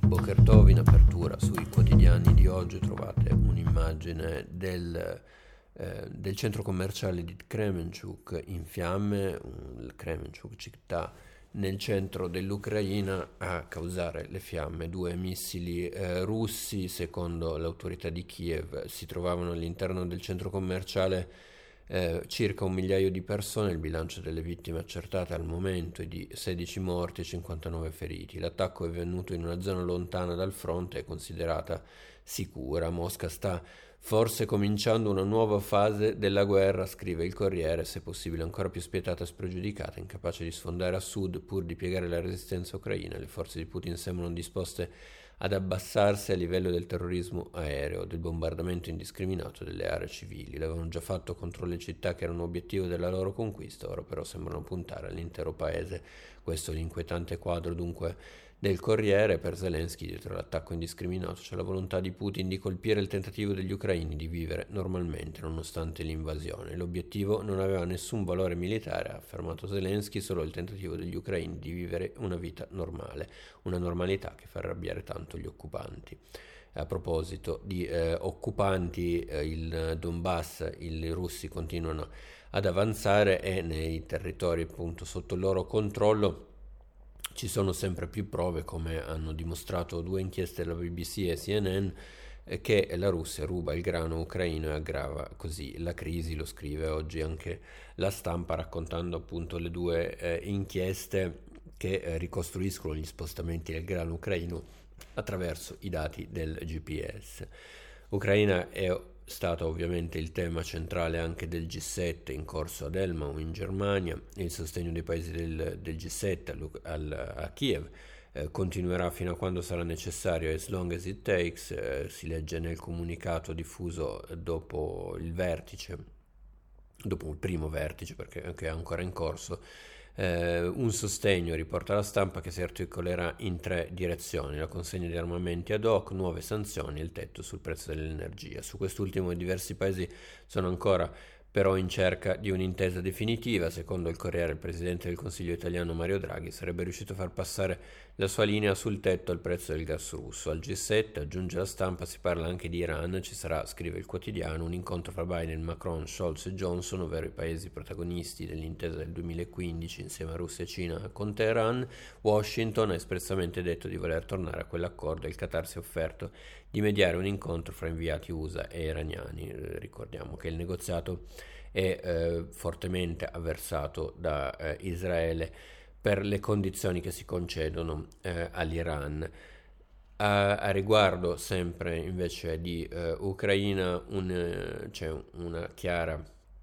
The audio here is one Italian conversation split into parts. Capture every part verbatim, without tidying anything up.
Boker Tov, in apertura sui quotidiani di oggi trovate un'immagine del, eh, del centro commerciale di Kremenchuk in fiamme, un, Kremenchuk città nel centro dell'Ucraina. A causare le fiamme due missili eh, russi. Secondo l'autorità di Kiev si trovavano all'interno del centro commerciale Eh, circa un migliaio di persone. Il bilancio delle vittime accertate al momento è di sedici morti e cinquantanove feriti. L'attacco è avvenuto in una zona lontana dal fronte e considerata sicura. Mosca sta forse cominciando una nuova fase della guerra, scrive il Corriere, se possibile ancora più spietata e spregiudicata, incapace di sfondare a sud pur di piegare la resistenza ucraina. Le forze di Putin sembrano disposte ad abbassarsi a livello del terrorismo aereo, del bombardamento indiscriminato delle aree civili. L'avevano già fatto contro le città che erano obiettivo della loro conquista, ora però sembrano puntare all'intero paese. Questo è l'inquietante quadro dunque del Corriere. Per Zelensky, dietro l'attacco indiscriminato, c'è la volontà di Putin di colpire il tentativo degli ucraini di vivere normalmente nonostante l'invasione. L'obiettivo non aveva nessun valore militare, ha affermato Zelensky, solo il tentativo degli ucraini di vivere una vita normale, una normalità che fa arrabbiare tanto gli occupanti. A proposito di eh, occupanti, eh, il Donbass, i russi continuano ad avanzare e nei territori appunto sotto il loro controllo ci sono sempre più prove, come hanno dimostrato due inchieste della B B C e C N N, eh, che la Russia ruba il grano ucraino e aggrava così la crisi. Lo scrive oggi anche La Stampa, raccontando appunto le due eh, inchieste che eh, ricostruiscono gli spostamenti del grano ucraino attraverso i dati del G P S. Ucraina è stato ovviamente il tema centrale anche del G sette in corso ad Elmau in Germania. Il sostegno dei paesi del, del G sette al, al, a Kiev eh, continuerà fino a quando sarà necessario, as long as it takes, eh, si legge nel comunicato diffuso dopo il vertice, dopo il primo vertice, perché è ancora in corso. Eh, un sostegno, riporta La Stampa, che si articolerà in tre direzioni: la consegna di armamenti ad hoc, nuove sanzioni e il tetto sul prezzo dell'energia. Su quest'ultimo diversi paesi sono ancora però in cerca di un'intesa definitiva. Secondo il Corriere, il presidente del Consiglio italiano Mario Draghi sarebbe riuscito a far passare la sua linea sul tetto al prezzo del gas russo. Al G sette, aggiunge La Stampa, si parla anche di Iran. Ci sarà, scrive il quotidiano, un incontro fra Biden, Macron, Scholz e Johnson, ovvero i paesi protagonisti dell'intesa del duemilaquindici insieme a Russia e Cina con Teheran. Washington ha espressamente detto di voler tornare a quell'accordo e il Qatar si è offerto di mediare un incontro fra inviati U S A e iraniani. Ricordiamo che il negoziato è eh, fortemente avversato da eh, Israele per le condizioni che si concedono eh, all'Iran. A, a riguardo sempre invece di eh, Ucraina un, eh, c'è una chiara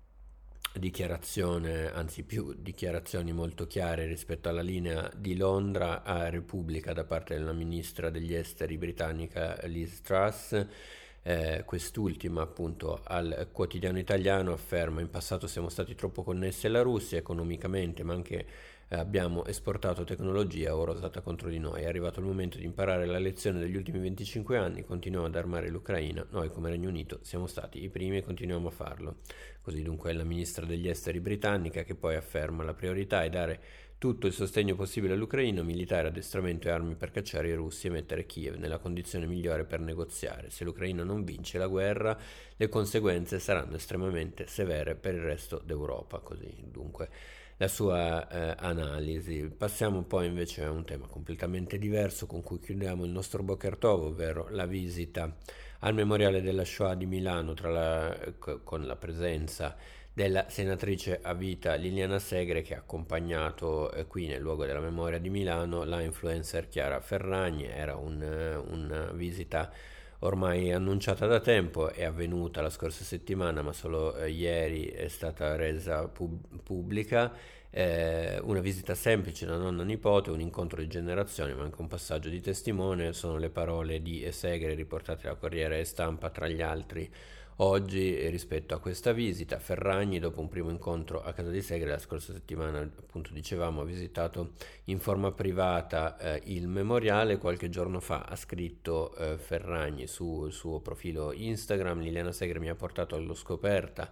dichiarazione, anzi più dichiarazioni molto chiare rispetto alla linea di Londra a Repubblica da parte della ministra degli esteri britannica Liz Truss. Eh, quest'ultima appunto al quotidiano italiano afferma: in passato siamo stati troppo connessi alla Russia economicamente, ma anche eh, abbiamo esportato tecnologia ora usata contro di noi. È arrivato il momento di imparare la lezione degli ultimi venticinque anni, continuiamo ad armare l'Ucraina, noi come Regno Unito siamo stati i primi e continuiamo a farlo. Così dunque è la ministra degli esteri britannica, che poi afferma: la priorità è dare tutto il sostegno possibile all'Ucraina, militare, addestramento e armi per cacciare i russi e mettere Kiev nella condizione migliore per negoziare. Se l'Ucraina non vince la guerra, le conseguenze saranno estremamente severe per il resto d'Europa. Così dunque la sua eh, analisi. Passiamo poi invece a un tema completamente diverso con cui chiudiamo il nostro Boker Tov, ovvero la visita al Memoriale della Shoah di Milano tra la, con la presenza della senatrice a vita Liliana Segre, che ha accompagnato eh, qui nel luogo della memoria di Milano la influencer Chiara Ferragni. Era un, una visita ormai annunciata da tempo, è avvenuta la scorsa settimana, ma solo eh, ieri è stata resa pub- pubblica. Eh, una visita semplice da nonna nipote, un incontro di generazioni, ma anche un passaggio di testimone. Sono le parole di Segre riportate da Corriere e Stampa tra gli altri oggi rispetto a questa visita. Ferragni, dopo un primo incontro a casa di Segre la scorsa settimana, appunto dicevamo, ha visitato in forma privata eh, il memoriale. Qualche giorno fa ha scritto eh, Ferragni sul suo profilo Instagram: Liliana Segre mi ha portato allo scoperta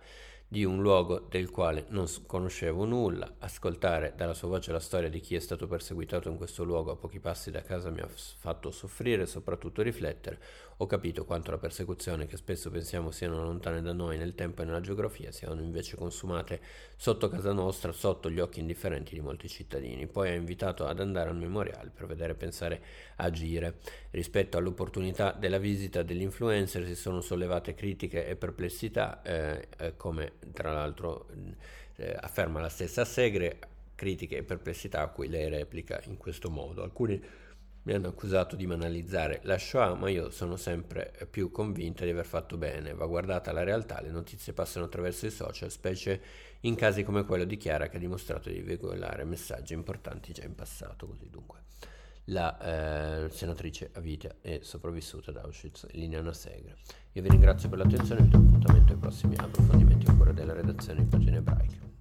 di un luogo del quale non conoscevo nulla, ascoltare dalla sua voce la storia di chi è stato perseguitato in questo luogo a pochi passi da casa mi ha fatto soffrire e soprattutto riflettere. Ho capito quanto la persecuzione, che spesso pensiamo siano lontane da noi nel tempo e nella geografia, siano invece consumate sotto casa nostra, sotto gli occhi indifferenti di molti cittadini. Poi ha invitato ad andare al memoriale per vedere, pensare, agire. Rispetto all'opportunità della visita dell'influencer si sono sollevate critiche e perplessità, eh, eh, come tra l'altro eh, afferma la stessa Segre, critiche e perplessità a cui lei replica in questo modo. Alcuni mi hanno accusato di banalizzare la Shoah, ma io sono sempre più convinta di aver fatto bene. Va guardata la realtà, le notizie passano attraverso i social, specie in casi come quello di Chiara, che ha dimostrato di veicolare messaggi importanti già in passato. Così dunque la eh, senatrice a vita e sopravvissuta ad Auschwitz, Liliana Segre. Io vi ringrazio per l'attenzione e vi do appuntamento ai prossimi approfondimenti a cura della redazione di Pagine Ebraiche.